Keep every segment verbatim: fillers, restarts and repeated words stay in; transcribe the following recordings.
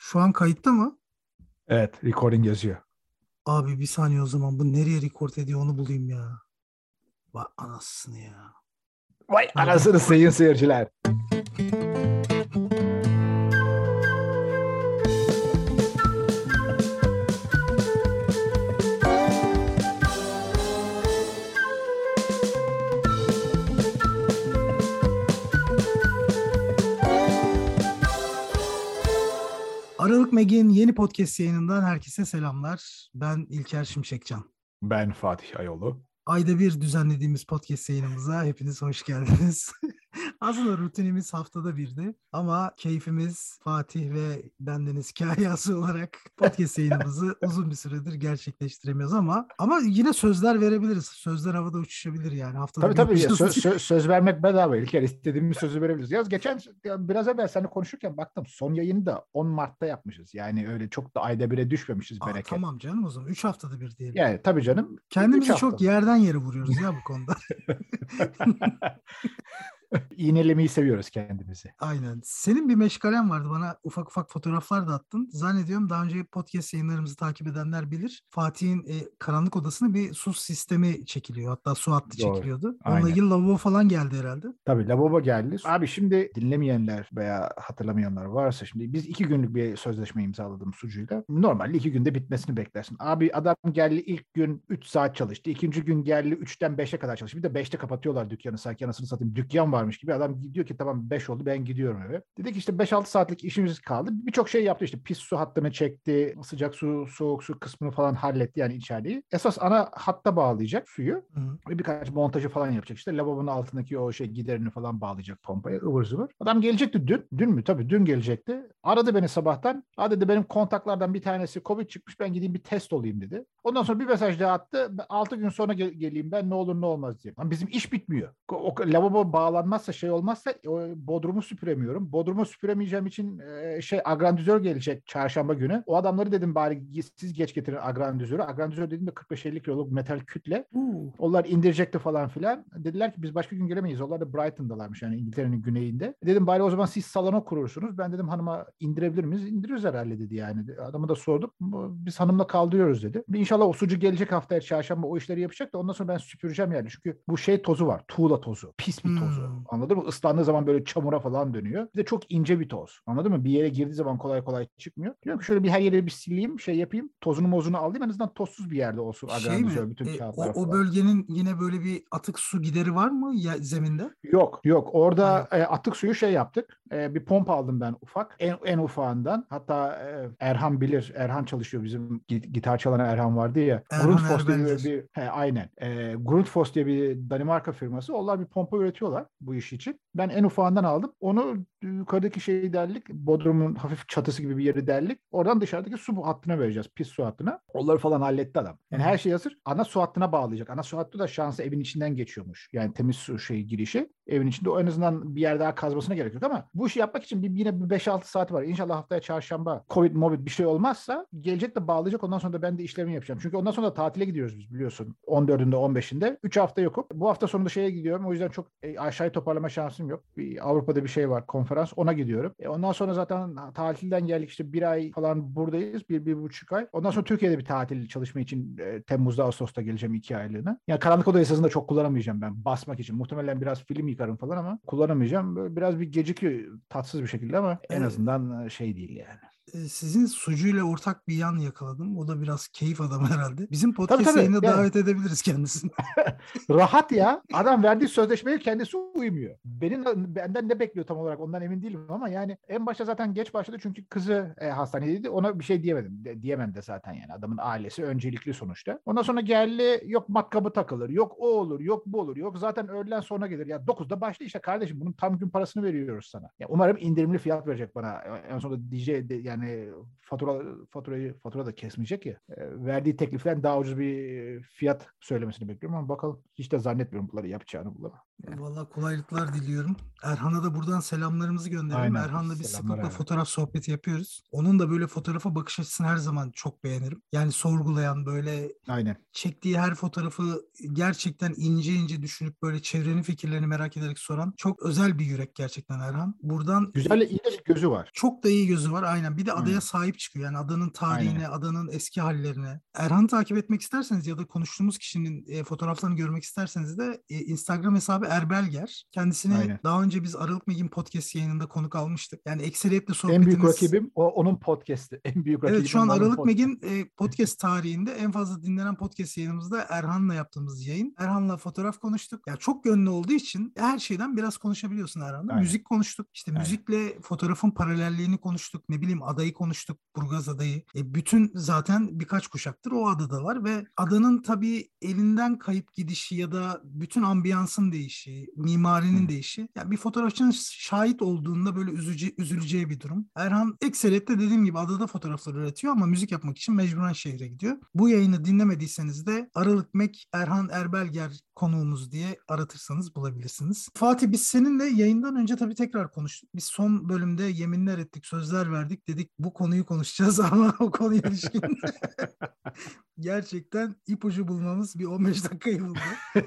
Şu an kayıtta mı? Evet, recording yazıyor. Abi bir saniye o zaman bu nereye record ediyor onu bulayım ya. Vay anasını ya. Vay Pardon. anasını sayın seyirciler. Aralık Meg'in yeni podcast yayınından herkese selamlar. Ben İlker Şimşekcan. Ben Fatih Ayolu. Ayda bir düzenlediğimiz podcast yayınımıza hepiniz hoş geldiniz. Aslında rutinimiz haftada birdi ama keyfimiz Fatih ve bendeniz hikayesi olarak podcast yayınımızı uzun bir süredir gerçekleştiremiyoruz ama ama yine sözler verebiliriz. Sözler havada uçuşabilir yani haftada Tabii bir tabii yapacağız söz, diye. söz, söz vermek bedava İlker. İstediğimiz sözü verebiliriz. Yaz geçen ya biraz evvel seninle konuşurken baktım son yayını da on Mart'ta yapmışız. Yani öyle çok da ayda bire düşmemişiz Aa, bereket. tamam canım o zaman üç haftada bir diyelim. Yani tabii canım. üç Kendimizi çok hafta. yerden yere vuruyoruz ya bu konuda. İğnelemeyi seviyoruz kendimizi. Aynen. Senin bir meşgalen vardı. Bana ufak ufak fotoğraflar da attın. Zannediyorum daha önce podcast yayınlarımızı takip edenler bilir. Fatih'in e, karanlık odasına bir su sistemi çekiliyor. Hatta su hattı Doğru. çekiliyordu. Onunla Aynen. ilgili lavabo falan geldi herhalde. Tabii lavabo geldi. Abi şimdi dinlemeyenler veya hatırlamayanlar varsa şimdi biz iki günlük bir sözleşme imzaladım sucuyla. Normalde iki günde bitmesini beklersin. Abi adam geldi ilk gün üç saat çalıştı. İkinci gün geldi üçten beşe kadar çalıştı. Bir de beşte kapatıyorlar dükkanı. Sanki anasını satayım dükkan varmış gibi. Adam diyor ki tamam beş oldu ben gidiyorum eve. Dedik işte beş altı saatlik işimiz kaldı. Birçok şey yaptı işte pis su hattını çekti. Sıcak su, soğuk su kısmını falan halletti yani içeriği. Esas ana hatta bağlayacak suyu. Hı-hı. Ve birkaç montajı falan yapacak işte. Lavabonun altındaki o şey giderini falan bağlayacak pompaya ıvır zıvır. Adam gelecekti dün. Dün mü? Tabii dün gelecekti. Aradı beni sabahtan. Ha dedi benim kontaklardan bir tanesi Covid çıkmış ben gideyim bir test olayım dedi. Ondan sonra bir mesaj daha attı. altı gün sonra gel- geleyim ben ne olur ne olmaz diye. Ama bizim iş bitmiyor. O, o lavabo bağlanmazsa şey olmazsa o, bodrumu süpüremiyorum. Bodrumu süpüremeyeceğim için e, şey agrandizör gelecek çarşamba günü. O adamları dedim bari siz geç getirin agrandizörü. Agrandizör dediğimde kırk beş elli kiloluk metal kütle. Uh. Onlar indirecekti falan filan. Dediler ki biz başka gün gelemeyiz. Onlar da Brighton'dalarmış yani İngiltere'nin güneyinde. Dedim bari o zaman siz salona kurursunuz. Ben dedim hanıma indirebilir miyiz? İndiririz herhalde dedi yani. Adamı da sorduk. Biz hanımla kaldırıyoruz dedi. İnşallah o sucu gelecek haftaya çarşamba o işleri yapacak da ondan sonra ben süpüreceğim yani. Çünkü bu şey tozu var. Tuğla tozu. Pis bir tozu. Hmm. Anladın mı? Islandığı zaman böyle çamura falan dönüyor. Bir de çok ince bir toz. Anladın mı? Bir yere girdiği zaman kolay kolay çıkmıyor. Diyorum ki şöyle bir her yere bir sileyim, şey yapayım. Tozunu mozunu alayım. En azından tozsuz bir yerde olsun. Şey mi? Agrandizör, bütün E, kağıtlar o, o falan. bölgenin yine böyle bir atık su gideri var mı ya, zeminde? Yok yok Ha, orada yok. e, atık suyu şey yaptık. E, bir pompa aldım ben ufak. En, en ufağından. Hatta e, Erhan bilir. Erhan çalışıyor bizim git- gitar çalan Erhan vardı ya. Erhan Grundfos diye bir, Erbeller. bir he, aynen. E, Grundfos diye bir Danimarka firması. Onlar bir pompa üretiyorlar bu iş için. Ben en ufağından aldım. Onu yukarıdaki şeyi deldik. Bodrumun hafif çatısı gibi bir yeri deldik. Oradan dışarıdaki su hattına vereceğiz. Pis su hattına. Onları falan halletti adam. Yani Hı. her şey hazır. Ana su hattına bağlayacak. Ana su hattı da şansı evin içinden geçiyormuş. Yani temiz su şey girişi. Evin içinde o en azından bir yer daha kazmasına gerek yok ama bu işi yapmak için bir, yine bir beş altı saat var. İnşallah haftaya çarşamba Covid mobil bir şey olmazsa gelecek de bağlayacak. Ondan sonra da ben de işlerimi yapacağım. Çünkü ondan sonra da tatile gidiyoruz biz biliyorsun. on dördünde on beşinde. üç hafta yokum. Bu hafta sonunda şeye gidiyorum. O yüzden çok e, aşağıya toparlama şansım yok. Bir, Avrupa'da bir şey var konferans. Ona gidiyorum. E, ondan sonra zaten tatilden geldik işte bir ay falan buradayız. Bir, bir buçuk ay. Ondan sonra Türkiye'de bir tatil çalışma için e, Temmuz'da Ağustos'ta geleceğim iki aylığına. Yani karanlık oda esasında çok kullanamayacağım ben basmak için. Muhtemelen biraz film yıkarım falan ama kullanamayacağım. Böyle biraz bir gecikiyor tatsız bir şekilde ama en E, azından şey değil yani. e, sizin sucuyla ortak bir yan yakaladım. O da biraz keyif adamı herhalde. Bizim Tabii podcast tabii. yayınına Yani davet edebiliriz kendisini. rahat ya. Adam verdiği sözleşmeye kendisi uymuyor. Benim benden ne bekliyor tam olarak ondan emin değilim ama yani en başta zaten geç başladı çünkü kızı e, hastanedeydi. Ona bir şey diyemedim. De, diyemem de zaten yani. Adamın ailesi öncelikli sonuçta. Ondan sonra geldi yok matkabı takılır. Yok o olur. Yok bu olur. Yok zaten öğleden sonra gelir. Ya dokuzda başla işte kardeşim bunun tam gün parasını veriyoruz sana. Ya umarım indirimli fiyat verecek bana. En sonunda D J de, yani fatura faturayı fatura da kesmeyecek ya. E, verdiği tekliften daha ucuz bir fiyat söylemesini bekliyorum ama bakalım. Hiç de zannetmiyorum bunları yapacağını bunları. Vallahi kolaylıklar diliyorum. Erhan'a da buradan selamlarımızı gönderelim. Aynen. Erhan'la biz Selamlar sıklıkla abi. fotoğraf sohbeti yapıyoruz. Onun da böyle fotoğrafa bakış açısını her zaman çok beğenirim. Yani sorgulayan, böyle Aynen. çektiği her fotoğrafı gerçekten ince ince düşünüp böyle çevrenin fikirlerini merak ederek soran çok özel bir yürek gerçekten Erhan. Buradan Güzel, iyi de bir gözü var. çok da iyi gözü var aynen. Bir de adaya Aynen. sahip çıkıyor. Yani adanın Aynen. tarihine, adanın eski hallerine. Erhan'ı takip etmek isterseniz ya da konuştuğumuz kişinin e, fotoğraflarını görmek isterseniz de e, Instagram hesabı Erbelger. Kendisini Aynen. daha önce biz Aralık Meg'in podcast yayınında konuk almıştık. Yani ekseriyetle En büyük sohbetimiz... rakibim o, onun podcast'i. En büyük Evet, şu rakibim an onun Aralık podcast. Meg'in e, podcast tarihinde en fazla dinlenen podcast yayınımızda Erhan'la yaptığımız yayın. Erhan'la fotoğraf konuştuk. Ya çok yönlü olduğu için her şeyden biraz konuşabiliyorsun Erhan'la. Aynen. Müzik konuştuk. İşte Aynen. müzikle fotoğrafın paralelliğini konuştuk. Ne bileyim adayı konuştuk. Burgaz adayı. E, bütün zaten birkaç kuşaktır o adada var ve adanın tabii elinden kayıp gidişi ya da bütün ambiyansın değişi, mimarinin Hı. değişi. Yani bir fotoğrafçının şahit olduğunda böyle üzücü, üzüleceği bir durum. Erhan ekseriyetle dediğim gibi adada fotoğraflar üretiyor ama müzik yapmak için mecburen şehre gidiyor. Bu yayını dinlemediyseniz de Aralık Mek Erhan Erbelger konuğumuz diye aratırsanız bulabilirsiniz. Fatih, biz seninle yayından önce tabii tekrar konuştuk. Biz son bölümde yeminler ettik, sözler verdik. Dedik bu konuyu konuşacağız ama o konuya ilişkin gerçekten ipucu bulmamız bir on beş dakikayı buldu.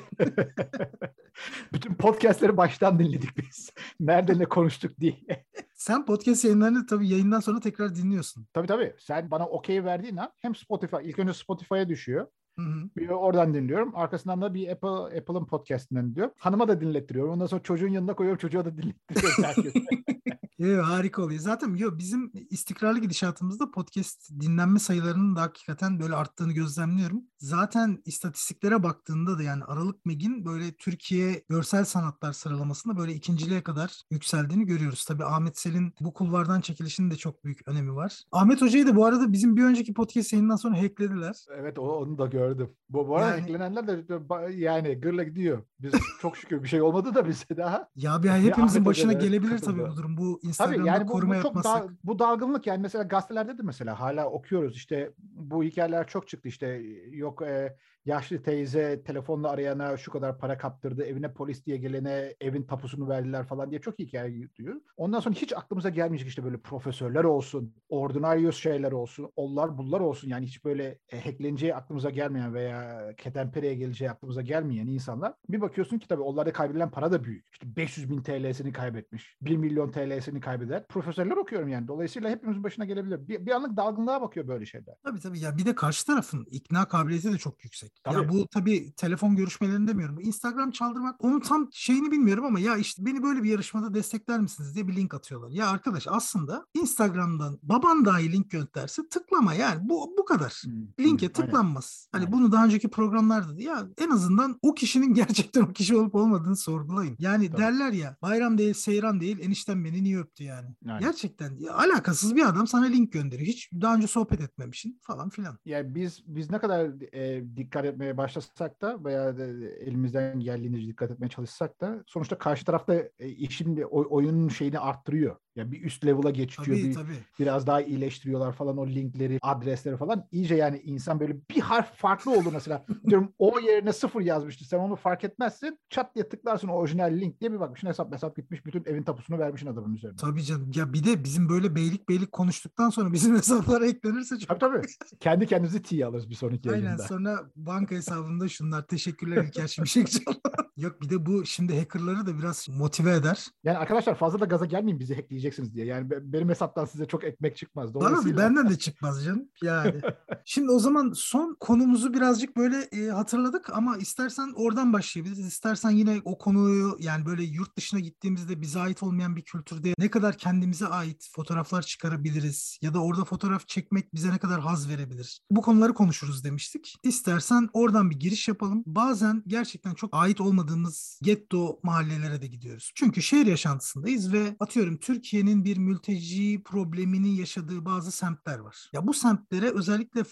Bütün podcastleri baştan dinledik biz. Nerede ne konuştuk diye. Sen podcast yayınlarını tabii yayından sonra tekrar dinliyorsun. Tabii tabii. Sen bana okey verdiğin an hem Spotify, ilk önce Spotify'a düşüyor. Hı hı. Bir oradan dinliyorum. Arkasından da bir Apple Apple'ın podcast'inden diyor. Hanıma da dinlettiriyorum. Ondan sonra çocuğun yanına koyuyorum. Çocuğa da dinlettiriyorum herkese. Yo, harika oluyor. Zaten yo, bizim istikrarlı gidişatımızda podcast dinlenme sayılarının da hakikaten böyle arttığını gözlemliyorum. Zaten istatistiklere baktığında da yani Aralık Meg'in böyle Türkiye görsel sanatlar sıralamasında böyle ikinciliğe kadar yükseldiğini görüyoruz. Tabii Ahmet Sel'in bu kulvardan çekilişinin de çok büyük önemi var. Ahmet Hoca'yı da bu arada bizim bir önceki podcast yayından sonra hacklediler. Evet, o, onu da gördüm. Bu, bu arada Yani- eklenenler de yani gırla gidiyor. Biz çok şükür bir şey olmadı da bize daha. Ya bir Ya hepimizin Ahmet başına Hoca da gelebilir katıldı. tabii bu durum. Bu Tabii Instagram'da yani bu, koruma bu çok yapmazsak. da, bu dalgınlık yani mesela gazetelerde de mesela hala okuyoruz işte bu hikayeler çok çıktı işte yok e, yaşlı teyze telefonla arayana şu kadar para kaptırdı, evine polis diye gelene evin tapusunu verdiler falan diye çok hikaye duyuyor. Ondan sonra hiç aklımıza gelmeyecek işte böyle profesörler olsun, ordinaryos şeyler olsun, onlar bunlar olsun yani hiç böyle e, hackleneceği aklımıza gelmeyen veya ketenpereye geleceği aklımıza gelmeyen insanlar. Bir bakıyorsun ki tabii onlarda kaybedilen para da büyük. İşte beş yüz bin T L'sini kaybetmiş, bir milyon T L'sini kaybeder. Profesörler okuyorum yani. Dolayısıyla hepimizin başına gelebilir. Bir, bir anlık dalgınlığa bakıyor böyle şeyler. Tabii tabii ya bir de karşı tarafın ikna kabiliyeti de çok yüksek. Tabii. Ya bu tabii telefon görüşmelerini demiyorum. Instagram çaldırmak onun tam şeyini bilmiyorum ama ya işte beni böyle bir yarışmada destekler misiniz diye bir link atıyorlar. Ya arkadaş aslında Instagram'dan baban dahi link gönderse tıklama yani bu bu kadar. Hmm, Linke hmm, tıklanmaz. Hani aynen. bunu daha önceki programlarda da ya en azından o kişinin gerçekten o kişi olup olmadığını sorgulayın. Yani Tabii. derler ya bayram değil seyran değil eniştem beni niye öptü yani. Aynen. Gerçekten ya, alakasız bir adam sana link gönderiyor. Hiç daha önce sohbet etmemişsin falan filan. Yani biz biz ne kadar e, dikkat etmeye başlasak da veya de, elimizden geldiğince dikkat etmeye çalışsak da sonuçta karşı tarafta e, işin oy, oyunun şeyini arttırıyor. Yani bir üst level'a geçiyor, Tabii bir, tabii. biraz daha iyileştiriyorlar falan o linkleri, adresleri falan. İyice yani insan böyle bir harf farklı oldu mesela. Diyorum o yerine sıfır yazmıştı. Sen onu fark etmezsin. Çat diye tıklarsın orijinal link diye bir bakmışsın hesap hesap gitmiş. Bütün evin tapusunu vermişsin adamın üzerine. Tabii canım. Ya bir de bizim böyle beylik beylik konuştuktan sonra bizim hesaplara eklenirse çok... Tabii tabii. Kendi kendimizi tiye alırız bir sonraki Aynen yayında. sonra banka hesabında şunlar teşekkürler İlker Şimşekcan. Yok bir de bu şimdi hackerları da biraz motive eder. Yani arkadaşlar fazla da gaza gelmeyin bizi hackleyeceksiniz diye. Yani benim hesaptan size çok ekmek çıkmaz. Bana Dolayısıyla... da benden de çıkmaz canım. Yani. Şimdi o zaman son konumuzu birazcık böyle e, hatırladık ama istersen oradan başlayabiliriz. İstersen yine o konuyu yani böyle yurt dışına gittiğimizde bize ait olmayan bir kültürde ne kadar kendimize ait fotoğraflar çıkarabiliriz ya da orada fotoğraf çekmek bize ne kadar haz verebilir. Bu konuları konuşuruz demiştik. İstersen oradan bir giriş yapalım. Bazen gerçekten çok ait olmadığımız getto mahallelere de gidiyoruz. Çünkü şehir yaşantısındayız ve atıyorum Türkiye'nin bir mülteci probleminin yaşadığı bazı semtler var. Ya bu semtlere özellikle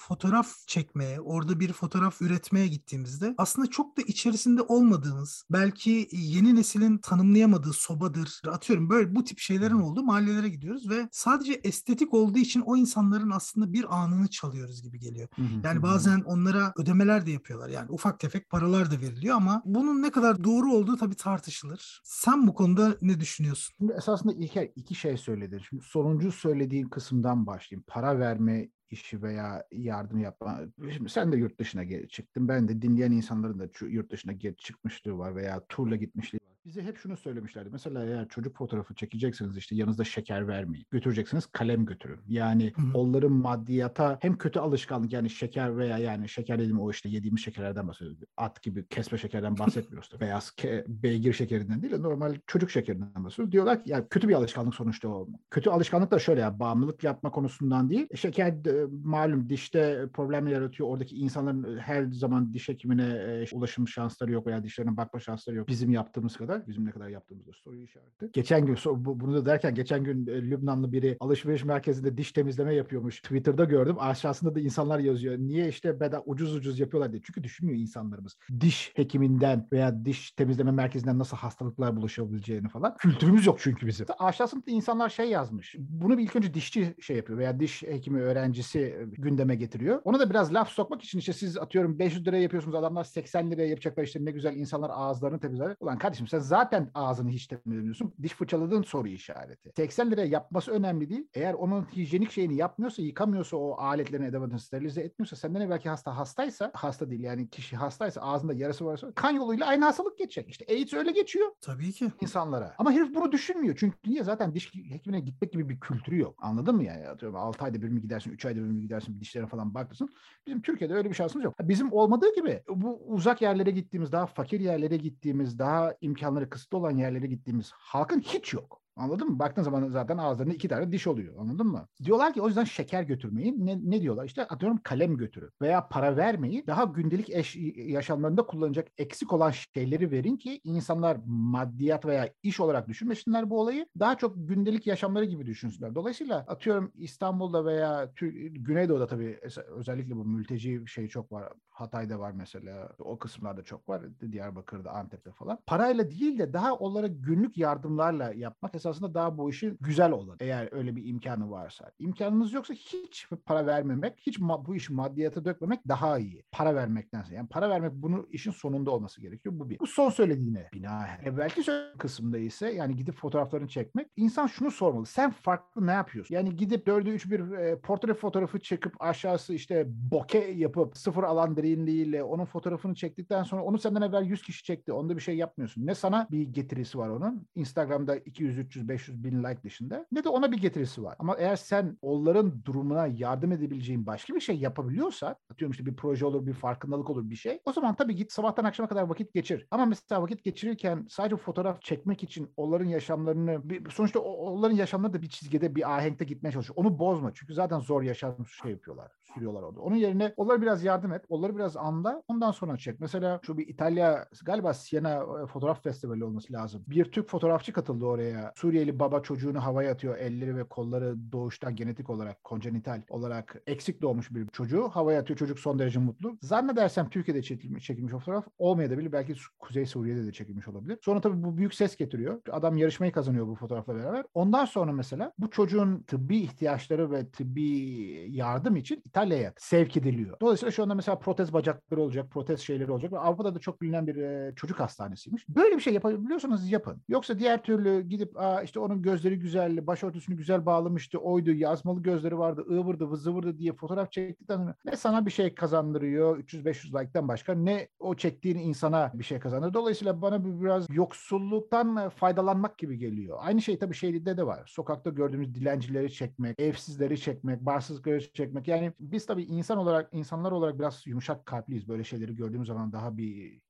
fotoğraf çekmeye, orada bir fotoğraf üretmeye gittiğimizde aslında çok da içerisinde olmadığımız, belki yeni neslin tanımlayamadığı sobadır, atıyorum böyle bu tip şeylerin olduğu mahallelere gidiyoruz ve sadece estetik olduğu için o insanların aslında bir anını çalıyoruz gibi geliyor. Yani bazen onlara ödemeler de yapıyorlar. Yani ufak tefek paralar da veriliyor ama bunun ne kadar doğru olduğu tabii tartışılır. Sen bu konuda ne düşünüyorsun? Şimdi esasında İlker iki şey söyledin. Şimdi sonuncu söylediğin kısımdan başlayayım. Para verme işi veya yardım yapma. Şimdi sen de yurt dışına geri çıktın. Ben de dinleyen insanların da yurt dışına geri çıkmışlığı var veya turla gitmişliği var. Bize hep şunu söylemişlerdi. Mesela eğer çocuk fotoğrafı çekeceksiniz işte yanınızda şeker vermeyin. Götüreceksiniz kalem götürün. Yani onların maddiyata hem kötü alışkanlık yani şeker veya yani şeker dediğim o işte yediğimiz şekerlerden bahsediyoruz. At gibi kesme şekerden bahsetmiyoruz. Beyaz ke- beygir şekerinden değil de normal çocuk şekerinden bahsediyoruz. Diyorlar ki ya kötü bir alışkanlık sonuçta o. Kötü alışkanlık da şöyle ya bağımlılık yapma konusundan değil. Şeker de, malum dişte problem yaratıyor. Oradaki insanların her zaman diş hekimine e, ulaşım şansları yok veya dişlerine bakma şansları yok. Bizim yaptığımız kadar. Bizim ne kadar yaptığımızda soru işareti. Geçen gün bunu da derken geçen gün e, Lübnanlı biri alışveriş merkezinde diş temizleme yapıyormuş. Twitter'da gördüm. Aşağısında da insanlar yazıyor. Niye işte bedava ucuz ucuz yapıyorlar diye. Çünkü düşünmüyor insanlarımız. Diş hekiminden veya diş temizleme merkezinden nasıl hastalıklar bulaşabileceğini falan. Kültürümüz yok çünkü bizim. Aşağısında da insanlar şey yazmış. Bunu bir ilk önce dişçi şey yapıyor veya diş hekimi öğrencisi gündeme getiriyor. Ona da biraz laf sokmak için işte siz atıyorum beş yüz liraya yapıyorsunuz. Adamlar seksen liraya yapacaklar işte ne güzel insanlar ağızlarını temizler. Ulan kardeşim sen zaten ağzını hiç temizlemiyorsun. Diş fırçaladığın soru işareti. seksen liraya yapması önemli değil. Eğer onun hijyenik şeyini yapmıyorsa, yıkamıyorsa o aletlerini, edevatını sterilize etmiyorsa senden evvelki hasta hastaysa, hasta değil yani kişi hastaysa ağzında yarası varsa kan yoluyla aynı hastalık geçecek. İşte AIDS öyle geçiyor. Tabii ki. İnsanlara. Ama herif bunu düşünmüyor. Çünkü niye? Zaten diş hekimine gitmek gibi bir kültürü yok. Anladın mı yani? Atıyorum altı ayda bir mi gidersin, üç ayda bir mi gidersin, bir dişlerine falan bakırsın. Bizim Türkiye'de öyle bir şansımız yok. Bizim olmadığı gibi bu uzak yerlere gittiğimiz, daha fakir yerlere gittiğimiz, daha imkanları kısıtlı olan yerlere gittiğimiz halkın hiç yok. Anladın mı? Baktığın zaman zaten ağızlarında iki tane diş oluyor. Anladın mı? Diyorlar ki o yüzden şeker götürmeyin. Ne, ne diyorlar? İşte atıyorum kalem götürün. Veya para vermeyin. Daha gündelik eş, yaşamlarında kullanacak eksik olan şeyleri verin ki insanlar maddiyat veya iş olarak düşünmesinler bu olayı. Daha çok gündelik yaşamları gibi düşünsünler. Dolayısıyla atıyorum İstanbul'da veya Güneydoğu'da tabii özellikle bu mülteci şey çok var. Hatay'da var mesela. O kısımlarda çok var. Diyarbakır'da, Antep'te falan. Parayla değil de daha onlara günlük yardımlarla yapmak esasında daha bu işi güzel olan. Eğer öyle bir imkanı varsa. İmkanınız yoksa hiç para vermemek, hiç ma- bu işi maddiyata dökmemek daha iyi. Para vermektense. Yani para vermek bunun işin sonunda olması gerekiyor. Bu bir. Bu son söylediğine binaen. Evvelki kısımda ise yani gidip fotoğraflarını çekmek. İnsan şunu sormalı. Sen farklı ne yapıyorsun? Yani gidip dörde üç bir e, portre fotoğrafı çekip aşağısı işte bokeh yapıp sıfır alan derinliğiyle onun fotoğrafını çektikten sonra onu senden evvel yüz kişi çekti. Onda bir şey yapmıyorsun. Ne sana bir getirisi var onun. Instagram'da iki yüz üç yüz beş yüz bin like dışında ne de ona bir getirisi var. Ama eğer sen onların durumuna yardım edebileceğin başka bir şey yapabiliyorsan, atıyorum işte bir proje olur, bir farkındalık olur, bir şey. O zaman tabii git sabahtan akşama kadar vakit geçir. Ama mesela vakit geçirirken sadece fotoğraf çekmek için onların yaşamlarını, bir, sonuçta onların yaşamları da bir çizgide, bir ahenkte gitmeye çalışıyor. Onu bozma. Çünkü zaten zor yaşam şey yapıyorlar. Sürüyorlar orada. Onun yerine onlara biraz yardım et. Onları biraz anla. Ondan sonra çek. Mesela şu bir İtalya galiba Siena Fotoğraf Festivali olması lazım. Bir Türk fotoğrafçı katıldı oraya. Suriyeli baba çocuğunu havaya atıyor. Elleri ve kolları doğuştan genetik olarak, konjenital olarak eksik doğmuş bir çocuğu havaya atıyor. Çocuk son derece mutlu. Zannedersem Türkiye'de çekilmiş, çekilmiş o fotoğraf olmayabilir. Belki Kuzey Suriye'de de çekilmiş olabilir. Sonra tabii bu büyük ses getiriyor. Adam yarışmayı kazanıyor bu fotoğrafla beraber. Ondan sonra mesela bu çocuğun tıbbi ihtiyaçları ve tıbbi yardım için İtalya'ya sevk ediliyor. Dolayısıyla şu anda mesela protez bacakları olacak, protez şeyleri olacak ve Avrupa'da da çok bilinen bir e, çocuk hastanesiymiş. Böyle bir şey yapabiliyorsanız yapın. Yoksa diğer türlü gidip Aa, işte onun gözleri güzel, başörtüsünü güzel bağlamıştı, oydu, yazmalı gözleri vardı, ıvırdı, zıvırdı diye fotoğraf çektikten sonra ne sana bir şey kazandırıyor üç yüz beş yüz like'tan başka ne o çektiğin insana bir şey kazandırıyor. Dolayısıyla bana bir biraz yoksulluktan faydalanmak gibi geliyor. Aynı şey tabii şeyde de var. Sokakta gördüğümüz dilencileri çekmek, evsizleri çekmek, barsızları çekmek. Yani biz tabii insan olarak, insanlar olarak biraz yumuşak kalpliyiz. Böyle şeyleri gördüğümüz zaman daha bir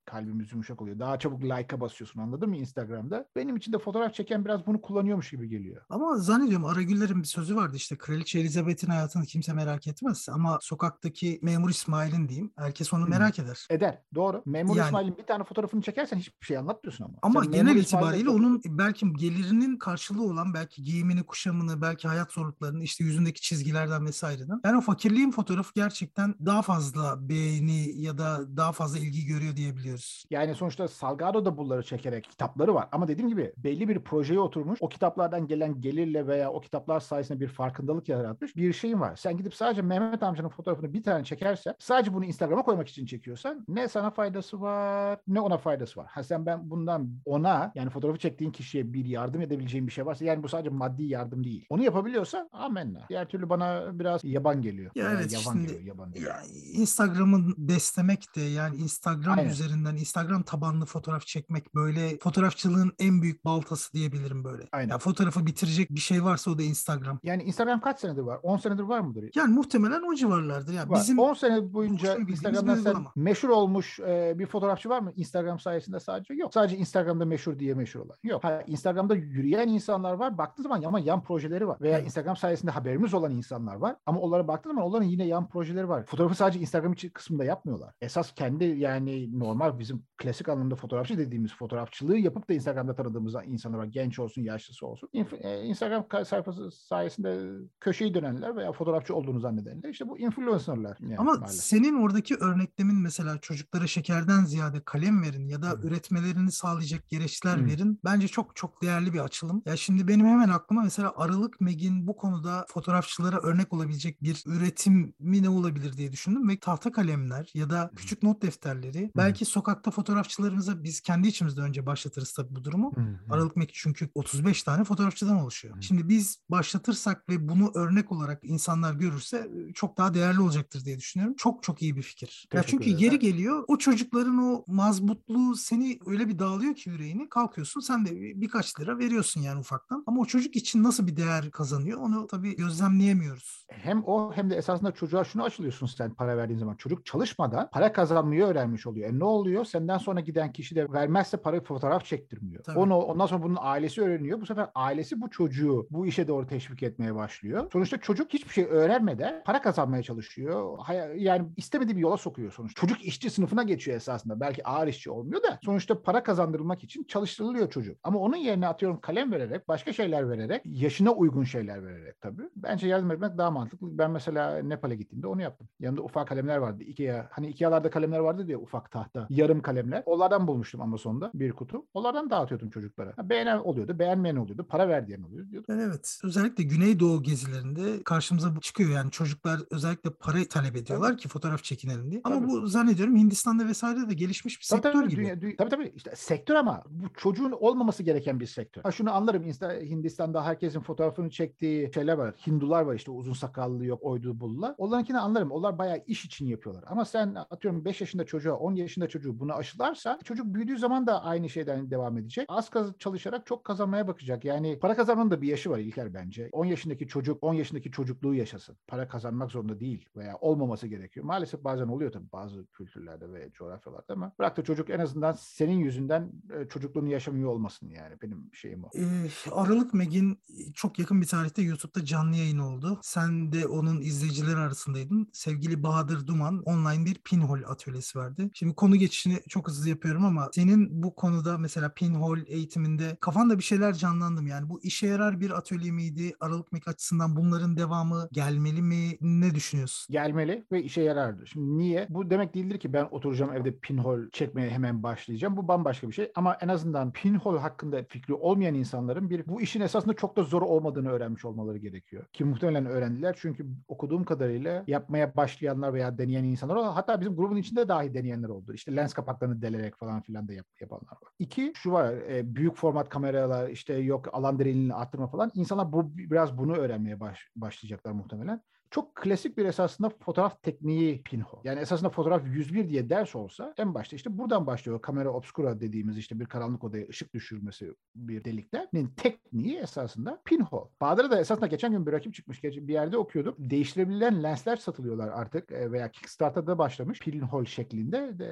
kalbimiz yumuşak oluyor. Daha çabuk like'a basıyorsun, anladın mı Instagram'da? Benim için de fotoğraf çeken biraz bunu kullanıyormuş gibi geliyor. Ama zannediyorum Aragüller'in bir sözü vardı, işte Kraliçe Elizabeth'in hayatını kimse merak etmez ama sokaktaki Memur İsmail'in diyeyim, herkes onu Hmm. merak eder. Eder. Doğru. Memur Yani, İsmail'in bir tane fotoğrafını çekersen hiçbir şey anlatmıyorsun ama. ama Sen genel Memur itibariyle İsmail'le onun belki gelirinin karşılığı olan belki giyimini, kuşamını, belki hayat zorluklarını, işte yüzündeki çizgilerden vesaireden. Yani o fakirliğin fotoğrafı gerçekten daha fazla beğeni ya da daha fazla ilgi görüyor diyebiliyoruz. Yani sonuçta Salgado da bunları çekerek kitapları var. Ama dediğim gibi belli bir projeye oturmuş. O kitaplardan gelen gelirle veya o kitaplar sayesinde bir farkındalık yaratmış bir şeyin var. Sen gidip sadece Mehmet amcanın fotoğrafını bir tane çekersen, sadece bunu Instagram'a koymak için çekiyorsan ne sana faydası var ne ona faydası var. Ha sen ben bundan ona, yani fotoğrafı çektiğin kişiye bir yardım edebileceğin bir şey varsa, yani bu sadece maddi yardım değil. Onu yapabiliyorsan amenna. Diğer türlü bana biraz yaban geliyor. Ya Veya evet, yavan şimdi geliyor, yaban değil. ya Instagram'ın beslemek de, yani Instagram Aynen. üzerinden Instagram tabanlı fotoğraf çekmek böyle fotoğrafçılığın en büyük baltası diyebilirim böyle. Aynen. Ya fotoğrafı bitirecek bir şey varsa o da Instagram. Yani Instagram kaç senedir var? on senedir var mıdır? Yani muhtemelen o civarlardır. Ya Var. bizim on sene boyunca buluşunu bildiğimiz bir Instagram'dan sen uygulama. meşhur olmuş e, bir fotoğrafçı var mı? Instagram sayesinde sadece yok. Sadece Instagram'da meşhur diye meşhur olan. Yok. Ha, Instagram'da yürüyen insanlar var. Baktığın zaman ama yan projeleri var. Veya Evet. Instagram sayesinde haberimiz olan insanlar var. Ama onlara baktığın zaman onların yine yan projeleri var. Fotoğrafı sadece Instagram için kısmında yapmıyorlar. Esas kendi, yani normal bizim klasik anlamda fotoğrafçı dediğimiz fotoğrafçılığı yapıp da Instagram'da tanıdığımız insanlar var. Genç olsun, yaşlısı olsun. İnf- e, Instagram sayfası sayesinde köşeyi dönenler veya fotoğrafçı olduğunu zannedenler, işte bu influencerlar. Yani Ama maalesef. senin oradaki örneklemin, mesela çocuklara şekerden ziyade kalem verin ya da Hı. üretmelerini sağlayacak gereçler Hı. verin. Bence çok çok değerli bir açılım. Ya şimdi benim hemen aklıma mesela Aralık Meg'in bu konuda fotoğrafçılara örnek olabilecek bir üretimi ne olabilir diye düşündüm ve tahta kalemler ya da küçük not defterleri, belki sokakta fotoğrafçılarımıza biz kendi içimizde önce başlatırız tabii bu durumu. Hı hı. Aralık Meg çünkü otuz beş tane fotoğrafçıdan oluşuyor. Hı. Şimdi biz başlatırsak ve bunu örnek olarak insanlar görürse çok daha değerli olacaktır diye düşünüyorum. Çok çok iyi bir fikir. Ya Teşekkür çünkü ederim. yeri geliyor o çocukların o mazbutluğu seni öyle bir dağılıyor ki yüreğini, kalkıyorsun sen de birkaç lira veriyorsun yani ufaktan. Ama o çocuk için nasıl bir değer kazanıyor onu tabii gözlemleyemiyoruz. Hem o hem de esasında çocuğa şunu aşılıyorsun sen para verdiğin zaman. Çocuk çalışmadan para kazanmayı öğrenmiş oluyor. E ne oluyor? Senden sonra giden kişi de vermezse parayı fotoğraf çektirmiyor. Tabii. Onu, ondan sonra bunun ailesi öğreniyor. Bu sefer ailesi bu çocuğu bu işe doğru teşvik etmeye başlıyor. Sonuçta çocuk hiçbir şey öğrenmeden para kazanmaya çalışıyor. Hay- Yani istemediği bir yola sokuyor sonuçta. Çocuk işçi sınıfına geçiyor esasında. Belki ağır işçi olmuyor da sonuçta para kazandırılmak için çalıştırılıyor çocuk. Ama onun yerine atıyorum kalem vererek, başka şeyler vererek, yaşına uygun şeyler vererek tabii. Bence yardım etmek daha mantıklı. Ben mesela Nepal'e gittiğimde onu yaptım. Yanımda ufak kalemler vardı. Ikea, hani Ikea'larda kalemler vardı diye, ufak tahta, yarım kalemler. Onlardan bulmuştum Amazon'da bir kutu. Onlardan dağıtıyordum çocuklara. Ha, beğenen oluyordu, beğenmeyen oluyordu, para ver diyen oluyordu. Diyordum. Yani evet, özellikle Güneydoğu gezilerinde karşımıza bu çıkıyor, yani çocuklar özellikle para talep ediyorlar Tabii. ki fotoğraf çekinelim diye. Ama Tabii. bu zannediyorum Hindistan'da vesaire de gelişmiş bir Tabii sektör tabii, gibi. dünya, dünya, tabii tabii işte sektör, ama bu çocuğun olmaması gereken bir sektör. Ha şunu anlarım, Insta, Hindistan'da herkesin fotoğrafını çektiği şeyler var. Hindular var işte, uzun sakallı, yok oydu buldular. Onlarınkini anlarım. Onlar bayağı iş için yapıyorlar. Ama sen atıyorum beş yaşında çocuğa, on yaşında çocuğu bunu aşılarsa çocuk büyüdüğü zaman da aynı şeyden devam edecek. Az kaz çalışarak çok kazanmaya bakacak. Yani para kazanmanın da bir yaşı var İlker bence. on yaşındaki çocuk on yaşındaki çocukluğu yaşasın. Para kazanmak zorunda değil veya olmaması gerekiyor. Maalesef bazen oluyor tabii bazı kültürlerde ve coğrafyalarda, ama bırak da çocuk en azından senin yüzünden çocukluğunu yaşamıyor olmasın, yani benim şeyim o. Ee, Aralık Meg'in çok yakın bir tarihte YouTube'da canlı yayın oldu. Sen de onun izleyicileri arasındaydın. Sevgili Bahadır Duman online bir pinhole atölyesi verdi. Şimdi konu geçişini çok hızlı yapıyorum ama senin bu konuda mesela pinhole eğitiminde kafanda bir şeyler canlandı mı? Yani bu işe yarar bir atölye miydi? Aralık Meg açısından bunların devamı gelmeli mi? Ne düşünüyorsun? Gelmeli ve işe yarardı. Şimdi niye? Bu demek değildir ki ben oturacağım evde pinhole çekmeye hemen başlayacağım. Bu bambaşka bir şey. Ama en azından pinhole hakkında fikri olmayan insanların bir bu işin esasında çok da zor olmadığını öğrenmiş olmaları gerekiyor. Ki muhtemelen öğrendiler. Çünkü okuduğum kadarıyla yapmaya başlayanlar veya deneyen insanlar, hatta bizim grubun içinde dahi deneyenler oldu. İşte lens kapaklarını delerek falan filan da yap, yapanlar var. İki, şu var. E, büyük format kameralar, işte yok alan derinliğini arttırma falan. İnsanlar bu biraz bunu öğrenmeye baş, başlayacaklar muhtemelen. Çok klasik bir esasında fotoğraf tekniği pinhole. Yani esasında fotoğraf yüz bir diye ders olsa en başta işte buradan başlıyor. Kamera obscura dediğimiz işte bir karanlık odaya ışık düşürmesi bir deliklerin tekniği esasında pinhole. Bahadır'a da esasında geçen gün bir rakip çıkmış. Bir yerde okuyorduk. Değiştirebilen lensler satılıyorlar artık veya Kickstarter'da başlamış pinhole şeklinde. Normal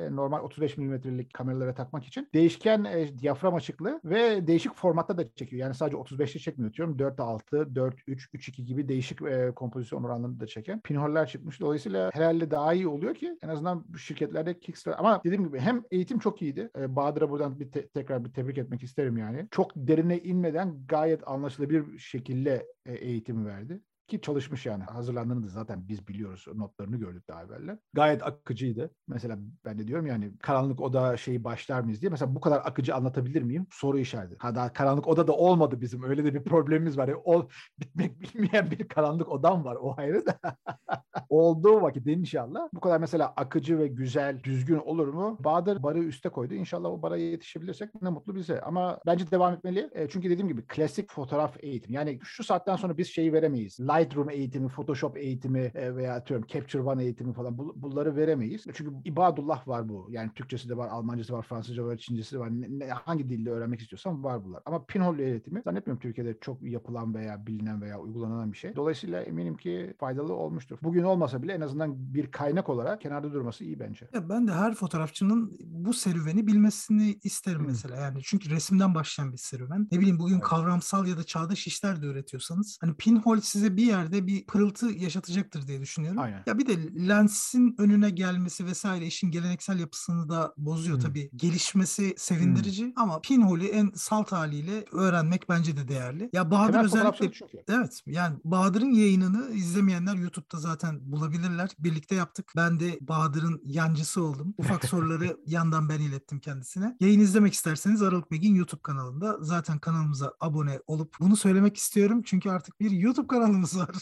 otuz beş milimetrelik kameralara takmak için. Değişken e, diyafram açıklığı ve değişik formatta da çekiyor. Yani sadece otuz beşte çekmiyor diyorum. dört altı, dört üç, üç iki gibi değişik e, kompozisyon oranlarını da çeken pinholler çıkmış. Dolayısıyla herhalde daha iyi oluyor ki en azından bu şirketlerde Kickstarter. Ama dediğim gibi hem eğitim çok iyiydi. E, Bahadır'a buradan bir te- tekrar bir tebrik etmek isterim yani. Çok derine inmeden gayet anlaşılabilir bir şekilde e, eğitim verdi. Ki çalışmış yani. Hazırlandığını da zaten biz biliyoruz. Notlarını gördük daha evvel. Gayet akıcıydı. Mesela ben de diyorum yani karanlık oda şeyi başlar mıyız diye. Mesela bu kadar akıcı anlatabilir miyim? Soru işareti. Ha daha karanlık oda da olmadı bizim. Öyle de bir problemimiz var. Yani o bitmek bilmeyen bir karanlık odam var. O ayrı da. Olduğu vakit inşallah. Bu kadar mesela akıcı ve güzel, düzgün olur mu? Bahadır barı üste koydu. İnşallah o bara yetişebilirsek ne mutlu bize. Ama bence devam etmeli. E, çünkü dediğim gibi klasik fotoğraf eğitim. Yani şu saatten sonra biz şeyi veremeyiz. Lightroom eğitimi, Photoshop eğitimi e, veya atıyorum Capture One eğitimi falan bu, bunları veremeyiz. Çünkü ibadullah var bu. Yani Türkçesi de var, Almancası var, Fransızca var, Çincesi var. Ne, ne, hangi dilde öğrenmek istiyorsan var bunlar. Ama pinhole eğitimi zannetmiyorum Türkiye'de çok yapılan veya bilinen veya uygulanan bir şey. Dolayısıyla eminim ki faydalı olmuştur. Bugün olmasa bile en azından bir kaynak olarak kenarda durması iyi bence. Ya ben de her fotoğrafçının bu serüveni bilmesini isterim Hmm. mesela. Yani çünkü resimden başlayan bir serüven. Ne bileyim bugün Evet. kavramsal ya da çağdaş işler de öğretiyorsanız hani pinhole size bir yerde bir pırıltı yaşatacaktır diye düşünüyorum. Aynen. Ya bir de lensin önüne gelmesi vesaire işin geleneksel yapısını da bozuyor Hmm. tabii. Gelişmesi sevindirici hmm. ama pinhole'ü en salt haliyle öğrenmek bence de değerli. Ya Bahadır Temel özellikle çok iyi. evet yani Bahadır'ın yayınını izlemeyenler YouTube'da zaten bulabilirler. Birlikte yaptık. Ben de Bahadır'ın yancısı oldum. Ufak soruları yandan ben ilettim kendisine. Yayın izlemek isterseniz Aralık Meg'in YouTube kanalında. Zaten kanalımıza abone olup bunu söylemek istiyorum. Çünkü artık bir YouTube kanalımız var.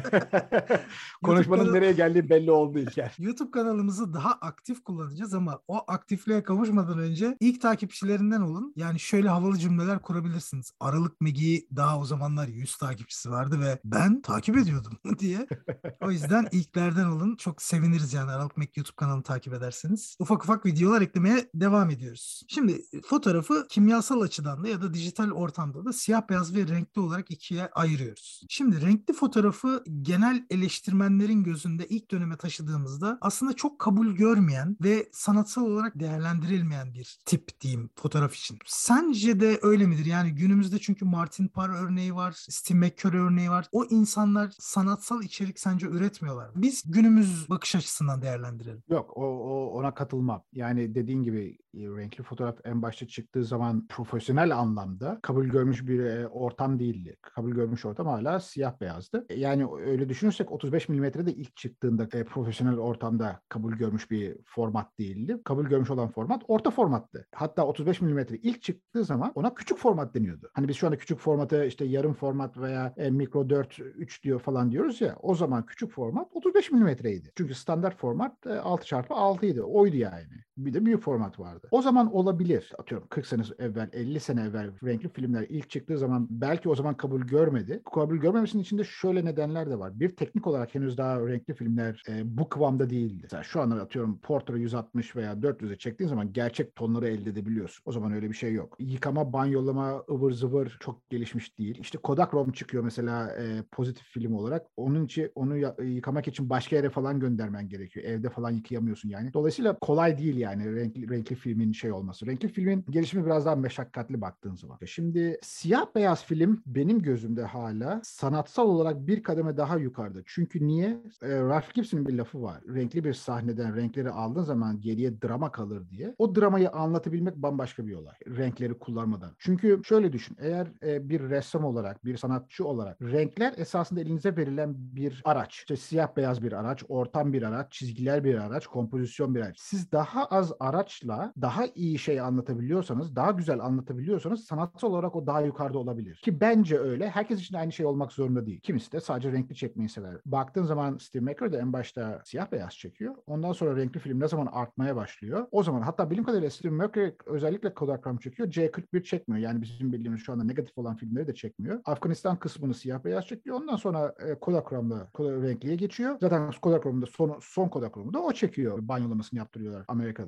Konuşmanın kanal... nereye geldiği belli oldu İlker. YouTube kanalımızı daha aktif kullanacağız ama o aktifliğe kavuşmadan önce ilk takipçilerinden olun. Yani şöyle havalı cümleler kurabilirsiniz. Aralık Meg'i daha o zamanlar yüz takipçisi vardı ve ben takip ediyordum diye. O yüzden ilklerden olun. Çok seviniriz yani Aralık Meg YouTube kanalını takip ederseniz. Ufak ufak videolar eklemeye devam ediyoruz. Şimdi fotoğrafı kimyasal açıdan da ya da dijital ortamda da siyah beyaz ve renkli olarak ikiye ayırıyoruz. Şimdi renkli fotoğrafı genel eleştirmenlerin gözünde ilk döneme taşıdığımızda aslında çok kabul görmeyen ve sanatsal olarak değerlendirilmeyen bir tip diyeyim fotoğraf için. Sence de öyle midir? Yani günümüzde çünkü Martin Parr örneği var, Steve McCurry örneği var. O insanlar sanatsal içerik sence üretmiyorlar. Biz günümüz bakış açısından değerlendirelim. Yok o, o ona katılmam. Yani dediğin gibi renkli fotoğraf en başta çıktığı zaman profesyonel anlamda kabul görmüş bir e, ortam değildi. Kabul görmüş ortam hala siyah beyazdı. Yani öyle düşünürsek otuz beş milimetrede ilk çıktığında e, profesyonel ortamda kabul görmüş bir format değildi. Kabul görmüş olan format orta formattı. Hatta otuz beş milimetre ilk çıktığı zaman ona küçük format deniyordu. Hani biz şu anda küçük formatı işte yarım format veya e, mikro dört üç diyor falan diyoruz ya. O zaman küçük format otuz beş milimetreydi. Çünkü standart format e, altı çarpı altı idi. Oydu yani. Bir de büyük format vardı. O zaman olabilir. Atıyorum kırk sene evvel, elli sene evvel renkli filmler ilk çıktığı zaman belki o zaman kabul görmedi. Kabul görmemesinin içinde şöyle nedenler de var. Bir, teknik olarak henüz daha renkli filmler e, bu kıvamda değildi. Mesela şu anda atıyorum Portra yüz altmış veya dört yüze çektiğin zaman gerçek tonları elde edebiliyorsun. O zaman öyle bir şey yok. Yıkama, banyolama, ıvır zıvır çok gelişmiş değil. İşte Kodachrome çıkıyor mesela e, pozitif film olarak. Onun için onu yıkamak için başka yere falan göndermen gerekiyor. Evde falan yıkayamıyorsun yani. Dolayısıyla kolay değil yani renkli, renkli filmin şey olması. Renkli filmin gelişimi biraz daha meşakkatli baktığın zaman. Şimdi siyah beyaz film benim gözümde hala sanatsal olarak bir kademe daha yukarıda. Çünkü niye? E, Ralph Gibson'ın bir lafı var. Renkli bir sahneden renkleri aldığın zaman geriye drama kalır diye. O dramayı anlatabilmek bambaşka bir olay. Renkleri kullanmadan. Çünkü şöyle düşün. Eğer e, bir ressam olarak, bir sanatçı olarak renkler esasında elinize verilen bir araç. İşte siyah beyaz bir araç, ortam bir araç, çizgiler bir araç, kompozisyon bir araç. Siz daha az araçla daha iyi şey anlatabiliyorsanız, daha güzel anlatabiliyorsanız sanatsal olarak o daha yukarıda olabilir. Ki bence öyle. Herkes için aynı şey olmak zorunda değil. Kimisi de sadece renkli çekmeyi sever. Baktığın zaman Steve McCurry de en başta siyah beyaz çekiyor. Ondan sonra renkli film ne zaman artmaya başlıyor? O zaman hatta bildiğim kadarıyla Steve McCurry özellikle Kodachrome çekiyor. C kırk bir çekmiyor. Yani bizim bildiğimiz şu anda negatif olan filmleri de çekmiyor. Afganistan kısmını siyah beyaz çekiyor. Ondan sonra e, Kodachrome'da renkliye geçiyor. Zaten Kodachrome'da son, son Kodachrome'da o çekiyor. Banyolamasını yaptırıyorlar Amerika'da.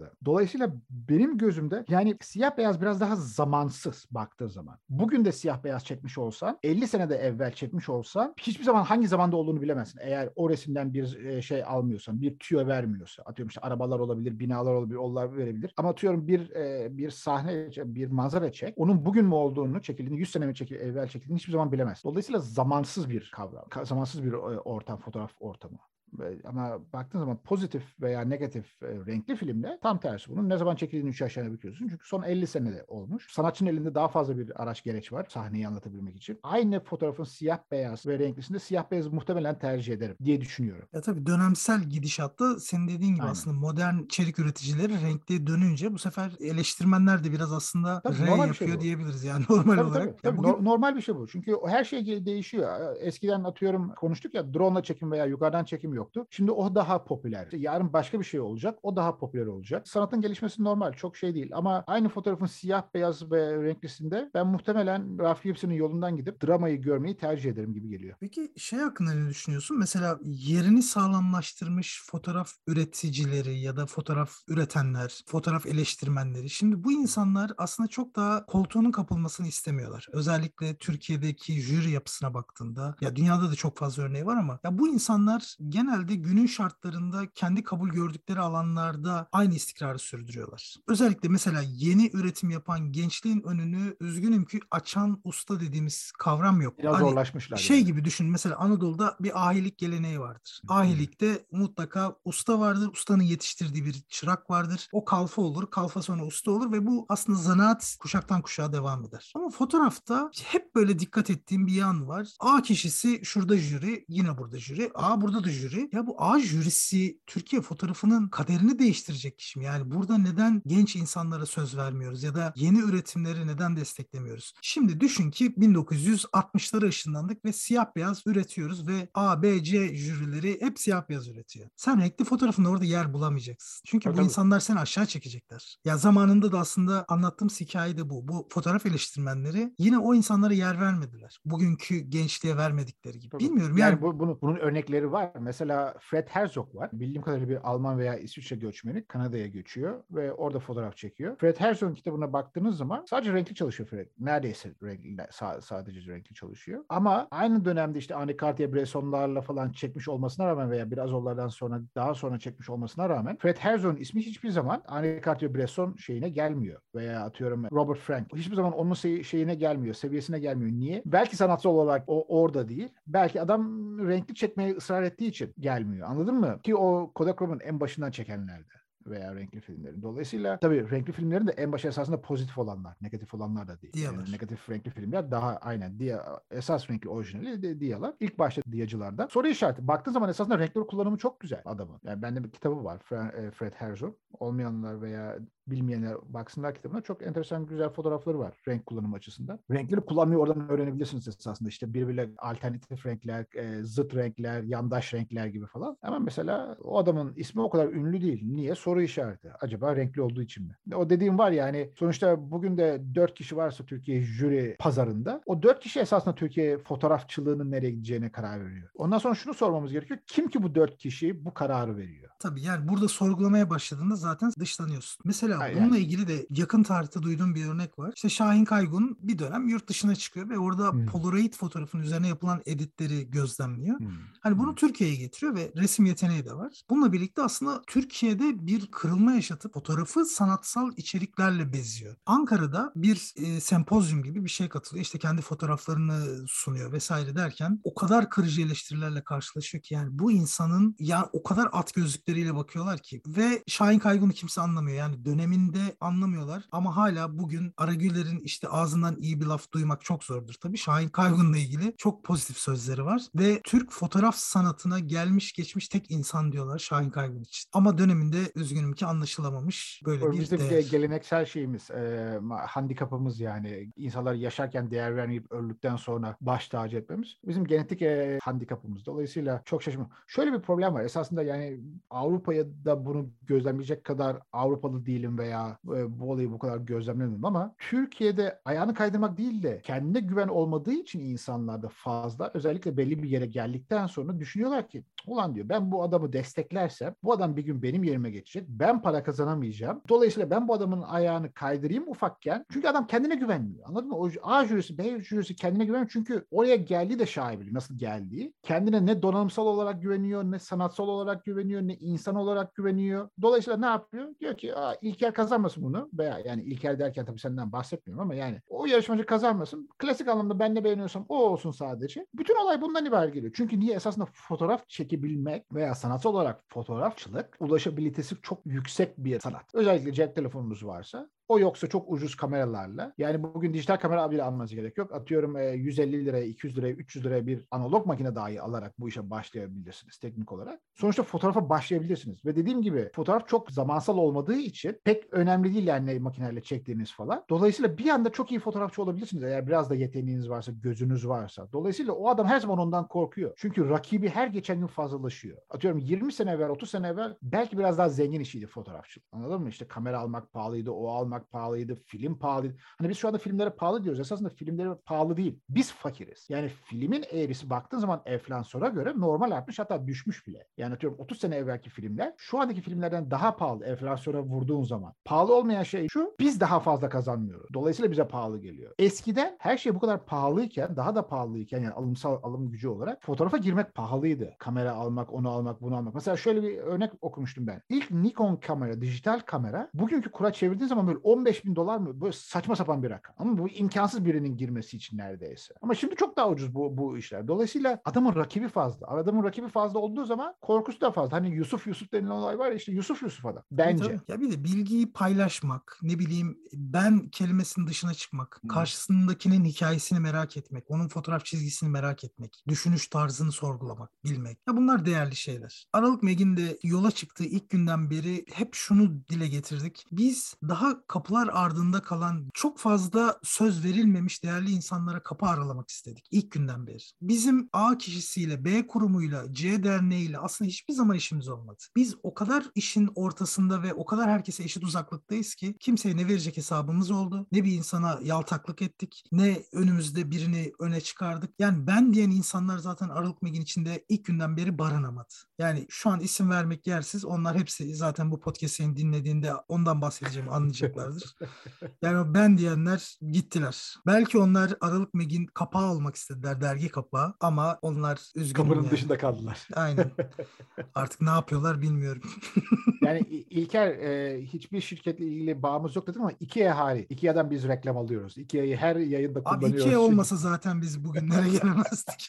Amerika'da. Dolayısıyla benim gözümde yani siyah beyaz biraz daha zamansız baktığı zaman. Bugün de siyah beyaz çekmiş olsan, elli senede evvel çekmiş olsan hiçbir zaman hangi zamanda olduğunu bilemezsin. Eğer o resimden bir şey almıyorsan, bir tüyo vermiyorsa. Atıyorum işte arabalar olabilir, binalar olabilir, onlar verebilir. Ama atıyorum bir bir sahne, bir manzara çek. Onun bugün mü olduğunu, çekildiğini, yüz sene mi çekildiğini, evvel çekildiğini hiçbir zaman bilemezsin. Dolayısıyla zamansız bir kavram. Zamansız bir ortam, fotoğraf ortamı. Ama baktığın zaman pozitif veya negatif e, renkli filmde tam tersi bunun. Ne zaman çekildiğini üç aşağı bakıyorsun. Çünkü son elli senede olmuş. Sanatçının elinde daha fazla bir araç gereç var sahneyi anlatabilmek için. Aynı fotoğrafın siyah beyaz ve renklisinde siyah beyaz muhtemelen tercih ederim diye düşünüyorum. Ya tabii dönemsel gidişatta senin dediğin gibi Aynen. aslında modern içerik üreticileri renkliye dönünce bu sefer eleştirmenler de biraz aslında Tabii, R normal bir yapıyor şey bu. diyebiliriz yani normal Tabii olarak. tabii. Ya tabii. bugün Normal bir şey bu. Çünkü her şey değişiyor. Eskiden atıyorum konuştuk ya drone'la çekim veya yukarıdan çekim yoktu. Şimdi o daha popüler. Yarın başka bir şey olacak. O daha popüler olacak. Sanatın gelişmesi normal. Çok şey değil. Ama aynı fotoğrafın siyah beyaz ve renklisinde ben muhtemelen Ralph Gibson'ın yolundan gidip dramayı görmeyi tercih ederim gibi geliyor. peki şey hakkında ne düşünüyorsun? Mesela yerini sağlamlaştırmış fotoğraf üreticileri ya da fotoğraf üretenler, fotoğraf eleştirmenleri. Şimdi bu insanlar aslında çok daha koltuğunun kapılmasını istemiyorlar. Özellikle Türkiye'deki jüri yapısına baktığında, ya dünyada da çok fazla örneği var ama ya bu insanlar genelde günün şartlarında kendi kabul gördükleri alanlarda aynı istikrarı sürdürüyorlar. Özellikle mesela yeni üretim yapan gençliğin önünü üzgünüm ki açan usta dediğimiz kavram yok. Biraz Hani zorlaşmışlar şey yani. gibi düşün, mesela Anadolu'da bir ahilik geleneği vardır. Ahilikte mutlaka usta vardır. Ustanın yetiştirdiği bir çırak vardır. O kalfa olur. Kalfa sonra usta olur ve bu aslında zanaat kuşaktan kuşağa devam eder. Ama fotoğrafta hep böyle dikkat ettiğim bir yan var. A kişisi şurada jüri, yine burada jüri. A burada da jüri. Ya bu A jürisi Türkiye fotoğrafının kaderini değiştirecek kişi mi? Yani burada neden genç insanlara söz vermiyoruz ya da yeni üretimleri neden desteklemiyoruz? Şimdi düşün ki bin dokuz yüz altmışlara ışınlandık ve siyah beyaz üretiyoruz ve A, B, C jürileri hep siyah beyaz üretiyor. Sen renkli fotoğrafında orada yer bulamayacaksın. Çünkü Tabii, bu tabii. insanlar seni aşağı çekecekler. Ya zamanında da aslında anlattığım hikaye de bu. Bu fotoğraf eleştirmenleri yine o insanlara yer vermediler. Bugünkü gençliğe vermedikleri gibi. Tabii. Bilmiyorum Yani, yani. bu, bunu, bunun örnekleri var. Mesela Fred Herzog var. Bildiğim kadarıyla bir Alman veya İsviçre göçmeni Kanada'ya göçüyor ve orada fotoğraf çekiyor. Fred Herzog'un kitabına baktığınız zaman sadece renkli çalışıyor Fred. Neredeyse renkli, sadece renkli çalışıyor. Ama aynı dönemde işte Henri Cartier-Bresson'larla falan çekmiş olmasına rağmen veya biraz onlardan sonra daha sonra çekmiş olmasına rağmen Fred Herzog'un ismi hiçbir zaman Henri Cartier-Bresson şeyine gelmiyor. Veya atıyorum Robert Frank. Hiçbir zaman onun şeyine gelmiyor, seviyesine gelmiyor. Niye? Belki sanatsal olarak o orada değil. Belki adam renkli çekmeye ısrar ettiği için gelmiyor. Anladın mı? Ki o Kodachrome'un en başından çekenlerdi veya renkli filmlerin. Dolayısıyla tabii renkli filmlerin de en başı esasında pozitif olanlar, negatif olanlar da değil. Yani negatif renkli filmler daha aynen dia, esas renkli orijinali de diyalar. İlk başta diyacılarda. Soru işareti. Baktığın zaman esasında renkler kullanımı çok güzel adamın. Yani bende bir kitabı var. Fred Herzog. Olmayanlar veya bilmeyenler baksınlar kitabına. Çok enteresan güzel fotoğrafları var renk kullanımı açısından. Renkleri kullanmayı oradan öğrenebilirsiniz esasında. İşte birbiriyle alternatif renkler, e, zıt renkler, yandaş renkler gibi falan. Ama mesela o adamın ismi o kadar ünlü değil. Niye? Soru işareti. Acaba renkli olduğu için mi? O dediğim var ya hani sonuçta bugün de dört kişi varsa Türkiye jüri pazarında o dört kişi esasında Türkiye fotoğrafçılığının nereye gideceğine karar veriyor. Ondan sonra şunu sormamız gerekiyor. Kim ki bu dört kişi bu kararı veriyor? Tabii yani burada sorgulamaya başladığında zaten dışlanıyorsun. Mesela Aynen. bununla ilgili de yakın tarihte duyduğum bir örnek var. İşte Şahin Kaygun bir dönem yurt dışına çıkıyor ve orada hmm. Polaroid fotoğrafın üzerine yapılan editleri gözlemliyor. Hmm. Hani bunu hmm. Türkiye'ye getiriyor ve resim yeteneği de var. Bununla birlikte aslında Türkiye'de bir kırılma yaşatıp fotoğrafı sanatsal içeriklerle beziyor. Ankara'da bir e, sempozyum gibi bir şey katılıyor. İşte kendi fotoğraflarını sunuyor vesaire derken o kadar kırıcı eleştirilerle karşılaşıyor ki yani bu insanın ya o kadar at gözlükleriyle bakıyorlar ki ve Şahin Kaygun'u kimse anlamıyor. Yani döneminde anlamıyorlar ama hala bugün Aragüler'in işte ağzından iyi bir laf duymak çok zordur tabii. Şahin Kaygun'la ilgili çok pozitif sözleri var ve Türk fotoğraf sanatına gelmiş geçmiş tek insan diyorlar Şahin Kaygun için. Ama döneminde üzgünüm ki anlaşılamamış böyle o bir bizim değer. Geleneksel şeyimiz, e, handikapımız yani insanlar yaşarken değer vermeyip öldükten sonra baş tacı etmemiz bizim genetik e, handikapımız. Dolayısıyla çok şaşırmıyorum. Şöyle bir problem var. Esasında yani Avrupa'ya da bunu gözlemleyecek kadar Avrupalı değilim değilim veya e, bu olayı bu kadar gözlemlemedim ama Türkiye'de ayağını kaydırmak değil de kendine güven olmadığı için insanlarda fazla, özellikle belli bir yere geldikten sonra düşünüyorlar ki ulan diyor ben bu adamı desteklersem bu adam bir gün benim yerime geçecek. Ben para kazanamayacağım. Dolayısıyla ben bu adamın ayağını kaydırayım ufakken. Çünkü adam kendine güvenmiyor. Anladın mı? O A jürisi, B jürisi kendine güvenmiyor. Çünkü oraya geldiği de şaibeli. Nasıl geldiği. Kendine ne donanımsal olarak güveniyor, ne sanatsal olarak güveniyor, ne insan olarak güveniyor. Dolayısıyla ne yapıyor? Diyor ki Aa, İlker kazanmasın bunu. Veya yani İlker derken tabii senden bahsetmiyorum ama yani o yarışmacı kazanmasın. Klasik anlamda ben ne beğeniyorsam o olsun sadece. Bütün olay bundan ibaret geliyor. Çünkü niye? Esasında fotoğraf çekebilmek veya sanatsal olarak fotoğrafçılık ulaşabilitesi çok yüksek bir sanat. Özellikle cep telefonunuz varsa. O yoksa çok ucuz kameralarla. Yani bugün dijital kamera bile almanız gerek yok. Atıyorum yüz elli liraya, iki yüz liraya, üç yüz liraya bir analog makine dahi alarak bu işe başlayabilirsiniz teknik olarak. Sonuçta fotoğrafa başlayabilirsiniz. Ve dediğim gibi fotoğraf çok zamansal olmadığı için pek önemli değil yani makineyle çektiğiniz falan. Dolayısıyla bir anda çok iyi fotoğrafçı olabilirsiniz eğer biraz da yeteneğiniz varsa, gözünüz varsa. Dolayısıyla o adam her zaman ondan korkuyor. Çünkü rakibi her geçen gün fazlalaşıyor. Atıyorum yirmi sene evvel, otuz sene evvel belki biraz daha zengin işiydi fotoğrafçılık. Anladın mı? İşte kamera almak pahalıydı, o almak pahalıydı, film pahalıydı. Hani biz şu anda filmlere pahalı diyoruz. Esasında filmlere pahalı değil. Biz fakiriz. Yani filmin eğrisi baktığın zaman enflasyona göre normal artmış, hatta düşmüş bile. Yani atıyorum otuz sene evvelki filmler şu andaki filmlerden daha pahalı enflasyona vurduğun zaman. Pahalı olmayan şey şu, biz daha fazla kazanmıyoruz. Dolayısıyla bize pahalı geliyor. Eskiden her şey bu kadar pahalıyken, daha da pahalıyken yani alımsal alım gücü olarak fotoğrafa girmek pahalıydı. Kamera almak, onu almak, bunu almak. Mesela şöyle bir örnek okumuştum ben. İlk Nikon kamera, dijital kamera bugünkü kura çevirdiğin zaman böyle on beş bin dolar mı? Böyle saçma sapan bir rakam. Ama bu imkansız birinin girmesi için neredeyse. Ama şimdi çok daha ucuz bu, bu işler. Dolayısıyla adamın rakibi fazla. Adamın rakibi fazla olduğu zaman korkusu da fazla. Hani Yusuf Yusuf denilen olay var ya, işte Yusuf Yusuf adam. Bence. Tabii, tabii. Ya bir de bilgiyi paylaşmak, ne bileyim ben kelimesinin dışına çıkmak, Hmm. karşısındakinin hikayesini merak etmek, onun fotoğraf çizgisini merak etmek, düşünüş tarzını sorgulamak, bilmek. Ya bunlar değerli şeyler. Aralık Meg'in de yola çıktığı ilk günden beri hep şunu dile getirdik. Biz daha kapılar ardında kalan çok fazla söz verilmemiş değerli insanlara kapı aralamak istedik ilk günden beri. Bizim A kişisiyle, B kurumuyla, C derneğiyle aslında hiçbir zaman işimiz olmadı. Biz o kadar işin ortasında ve o kadar herkese eşit uzaklıktayız ki kimseye ne verecek hesabımız oldu, ne bir insana yaltaklık ettik, ne önümüzde birini öne çıkardık. Yani ben diyen insanlar zaten Aralık Meg'in içinde ilk günden beri barınamadı. Yani şu an isim vermek yersiz. Onlar hepsi zaten bu podcast'ini dinlediğinde ondan bahsedeceğimi anlayacaklardır. Yani ben diyenler gittiler. Belki onlar Aralık Meg'in kapağı olmak istediler, dergi kapağı, ama onlar üzgünüm Kapının yani. dışında kaldılar. Aynen. Artık ne yapıyorlar bilmiyorum. Yani İlker e, hiçbir şirketle ilgili bağımız yok dedim ama IKEA hariç. IKEA'dan biz reklam alıyoruz. IKEA'yı her yayında Abi kullanıyoruz. IKEA olmasa zaten biz bugünlere gelemezdik.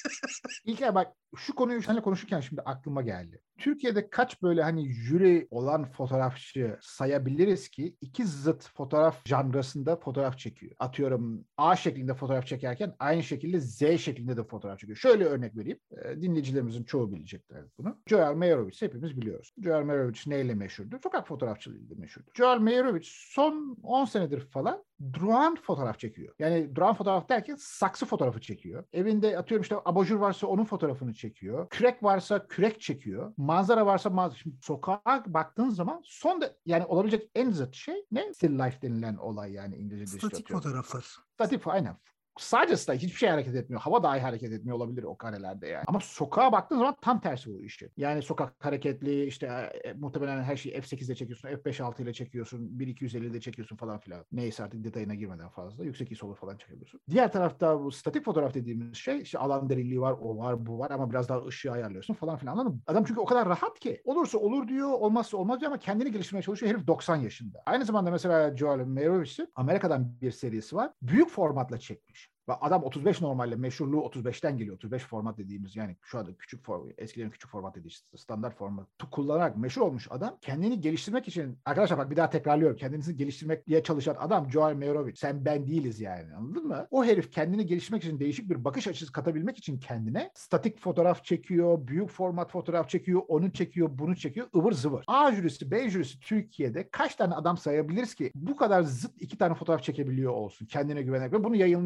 İlker bak şu konuyu seninle konuşurken şimdi aklıma geldi. Türkiye'de kaç böyle hani jüri olan fotoğrafçı sayabiliriz ki iki zıt fotoğraf janrasında fotoğraf çekiyor. Atıyorum A şeklinde fotoğraf çekerken aynı şekilde Z şeklinde de fotoğraf çekiyor. Şöyle örnek vereyim. E, dinleyicilerimizin çoğu bilecekler bunu. Joel Meyerowitz hepimiz biliyoruz. Joel Meyerowitz neyle meşhurdur? Sokak fotoğrafçılığıyla meşhurdur. Joel Meyerowitz son on senedir falan drone fotoğraf çekiyor. Yani drone fotoğraf derken saksı fotoğrafı çekiyor. Evinde atıyorum işte abajur varsa onun fotoğrafını çekiyor. Kürek varsa kürek çekiyor. Manzara varsa manzara. Şimdi sokağa baktığın zaman son da yani olabilecek en zıt şey ne? Still life denilen olay yani İngilizce'de işte Statik fotoğraflar. Statik aynen. Sadece statik, hiçbir şey hareket etmiyor. Hava dahi hareket etmiyor olabilir o karelerde yani. Ama sokağa baktığın zaman tam tersi bu işi. Yani sokak hareketli işte e, muhtemelen her şeyi F sekizde çekiyorsun, F beş altı ile çekiyorsun, bir iki yüz ellide çekiyorsun falan filan. Neyse artık detayına girmeden fazla. Yüksek I S O'lu falan çekiyorsun. Diğer tarafta bu statik fotoğraf dediğimiz şey işte alan derinliği var, o var, bu var ama biraz daha ışığı ayarlıyorsun falan filan, anladın mı? Adam çünkü o kadar rahat ki. Olursa olur diyor, olmazsa olmaz diyor ama kendini geliştirmeye çalışıyor. Herif doksan yaşında. Aynı zamanda mesela Joel Meyerowicz'in Amerika'dan bir serisi var. Büyük formatla çekmiş. Ve adam otuz beş normalde meşhurluğu otuz beşten geliyor. otuz beş format dediğimiz yani şu anda küçük format, eskilerin küçük format dediği standart formatı kullanarak meşhur olmuş adam. Kendini geliştirmek için, arkadaşlar bak bir daha tekrarlıyorum. Kendinizi geliştirmek diye çalışan adam Joel Meyerowitz. Sen ben değiliz yani, anladın mı? O herif kendini geliştirmek için değişik bir bakış açısı katabilmek için kendine statik fotoğraf çekiyor, büyük format fotoğraf çekiyor, onu çekiyor, bunu çekiyor, ıvır zıvır. A jürisi, B jürisi Türkiye'de kaç tane adam sayabiliriz ki bu kadar zıt iki tane fotoğraf çekebiliyor olsun kendine güvenerek ve bunu yayınlayabiliyor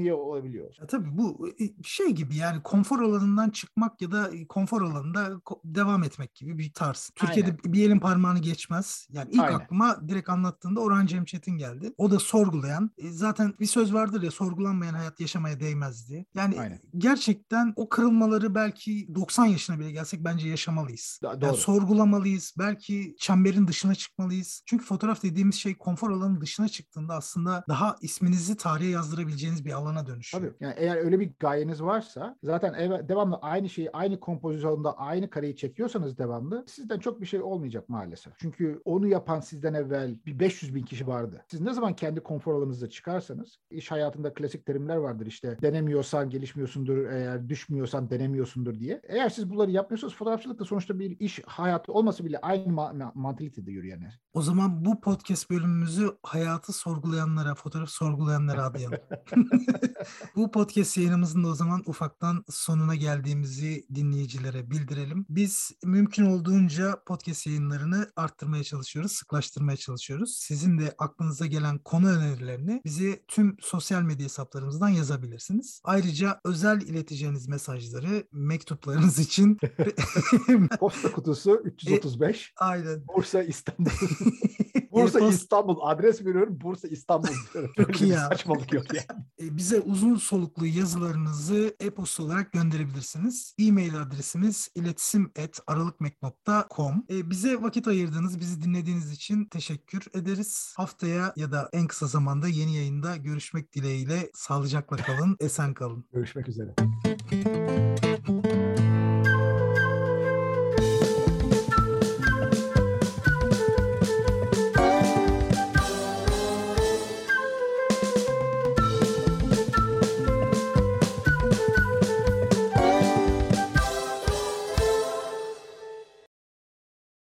yapabiliyoruz. Ya tabii bu şey gibi, yani konfor alanından çıkmak ya da konfor alanında devam etmek gibi bir tarz. Türkiye'de Aynen. bir elin parmağını geçmez. Yani ilk Aynen. aklıma direkt anlattığında Orhan Cemçetin geldi. O da sorgulayan. E, zaten bir söz vardır ya, sorgulanmayan hayat yaşamaya değmez diye. Yani Aynen. gerçekten o kırılmaları belki doksan yaşına bile gelsek bence yaşamalıyız. Da- Yani doğru. sorgulamalıyız. Belki çemberin dışına çıkmalıyız. Çünkü fotoğraf dediğimiz şey konfor alanının dışına çıktığında aslında daha isminizi tarihe yazdırabileceğiniz bir alana dönüşüyor. Tabii. Yani eğer öyle bir gayeniz varsa zaten ev, devamlı aynı şeyi aynı kompozisyonda aynı kareyi çekiyorsanız devamlı sizden çok bir şey olmayacak maalesef. Çünkü onu yapan sizden evvel bir beş yüz bin kişi vardı. Siz ne zaman kendi konfor alanınıza çıkarsanız, iş hayatında klasik terimler vardır işte, denemiyorsan gelişmiyorsundur, eğer düşmüyorsan denemiyorsundur diye. Eğer siz bunları yapmıyorsanız fotoğrafçılık da sonuçta bir iş hayatı olması bile aynı ma- mantalitede yürüyor yani. O zaman bu podcast bölümümüzü hayatı sorgulayanlara, fotoğraf sorgulayanlara adayalım. Bu podcast yayınımızın da o zaman ufaktan sonuna geldiğimizi dinleyicilere bildirelim. Biz mümkün olduğunca podcast yayınlarını arttırmaya çalışıyoruz, sıklaştırmaya çalışıyoruz. Sizin de aklınıza gelen konu önerilerini bize tüm sosyal medya hesaplarımızdan yazabilirsiniz. Ayrıca özel ileteceğiniz mesajları, mektuplarınız için Posta kutusu üç yüz otuz beş. E, aynen. Bursa, İstanbul. Bursa, E-post... İstanbul. Adres veriyorum. Bursa, İstanbul diyorum. Böyle bir saçmalık yok yani. E, bize uzun soluklu yazılarınızı e-posta olarak gönderebilirsiniz. E-mail adresimiz iletişim at aralıkmek nokta com. E, bize vakit ayırdığınız, bizi dinlediğiniz için teşekkür ederiz. Haftaya ya da en kısa zamanda yeni yayında görüşmek dileğiyle sağlıcakla kalın, esen kalın. Görüşmek üzere.